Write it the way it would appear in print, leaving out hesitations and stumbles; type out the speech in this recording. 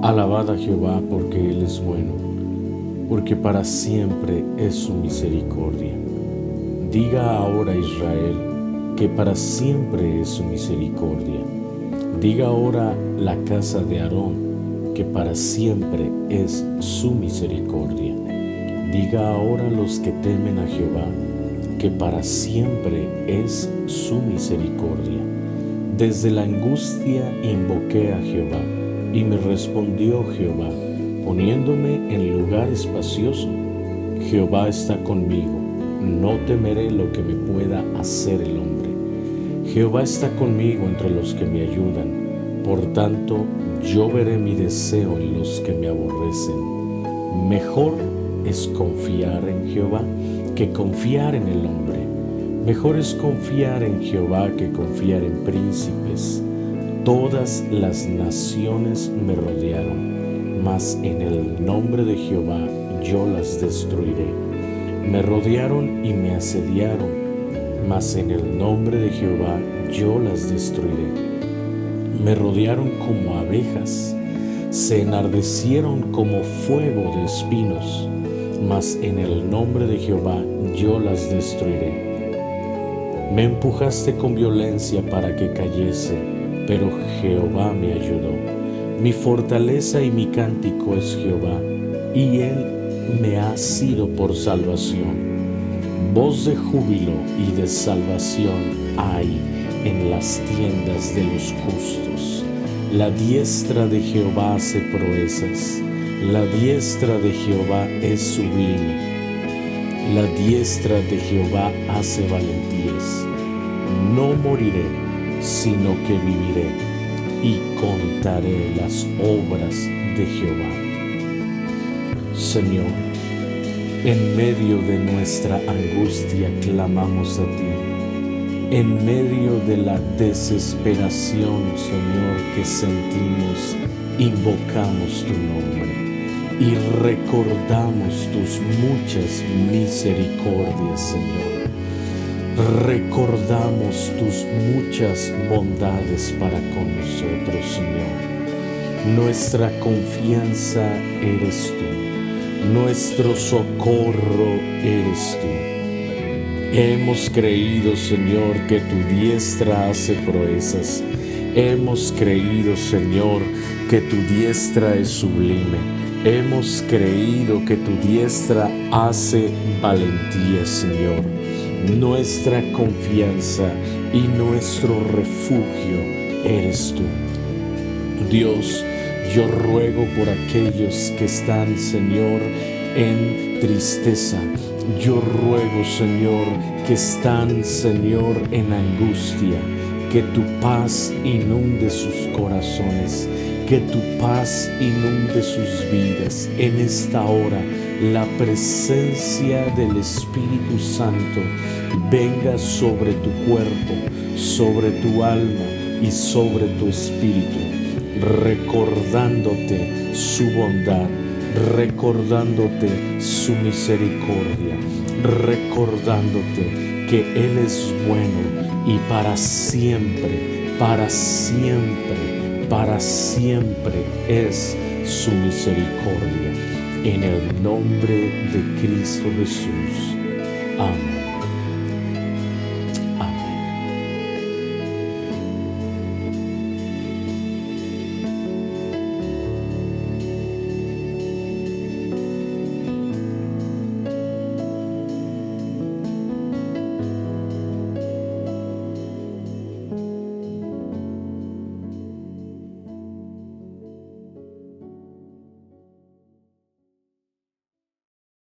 Alabad a Jehová porque Él es bueno, porque para siempre es su misericordia. Diga ahora Israel que para siempre es su misericordia. Diga ahora la casa de Aarón que para siempre es su misericordia. Diga ahora los que temen a Jehová que para siempre es su misericordia. Desde la angustia invoqué a Jehová, y me respondió Jehová, poniéndome en lugar espacioso. Jehová está conmigo, no temeré lo que me pueda hacer el hombre. Jehová está conmigo entre los que me ayudan, por tanto yo veré mi deseo en los que me aborrecen. Mejor es confiar en Jehová que confiar en el hombre. Mejor es confiar en Jehová que confiar en príncipes. Todas las naciones me rodearon, mas en el nombre de Jehová yo las destruiré. Me rodearon y me asediaron, mas en el nombre de Jehová yo las destruiré. Me rodearon como abejas, se enardecieron como fuego de espinos, mas en el nombre de Jehová yo las destruiré. Me empujaste con violencia para que cayese, pero Jehová me ayudó. Mi fortaleza y mi cántico es Jehová, y Él me ha sido por salvación. Voz de júbilo y de salvación hay en las tiendas de los justos. La diestra de Jehová hace proezas, la diestra de Jehová es sublime. La diestra de Jehová hace valentías. No moriré, sino que viviré y contaré las obras de Jehová. Señor, en medio de nuestra angustia clamamos a ti. En medio de la desesperación, Señor, que sentimos, invocamos tu nombre y recordamos tus muchas misericordias, Señor. Recordamos tus muchas bondades para con nosotros, Señor. Nuestra confianza eres tú, nuestro socorro eres tú. Hemos creído, Señor, que tu diestra hace proezas. Hemos creído, Señor, que tu diestra es sublime. Hemos creído que tu diestra hace valentía, Señor. Nuestra confianza y nuestro refugio eres tú. Dios, yo ruego por aquellos que están, Señor, en tristeza. Yo ruego, Señor, que están, Señor, en angustia. Que tu paz inunde sus corazones. Que tu paz inunde sus vidas. En esta hora, la presencia del Espíritu Santo venga sobre tu cuerpo, sobre tu alma y sobre tu espíritu, recordándote su bondad, recordándote su misericordia, recordándote que Él es bueno y para siempre, para siempre, para siempre es su misericordia. En el nombre de Cristo Jesús. Amén.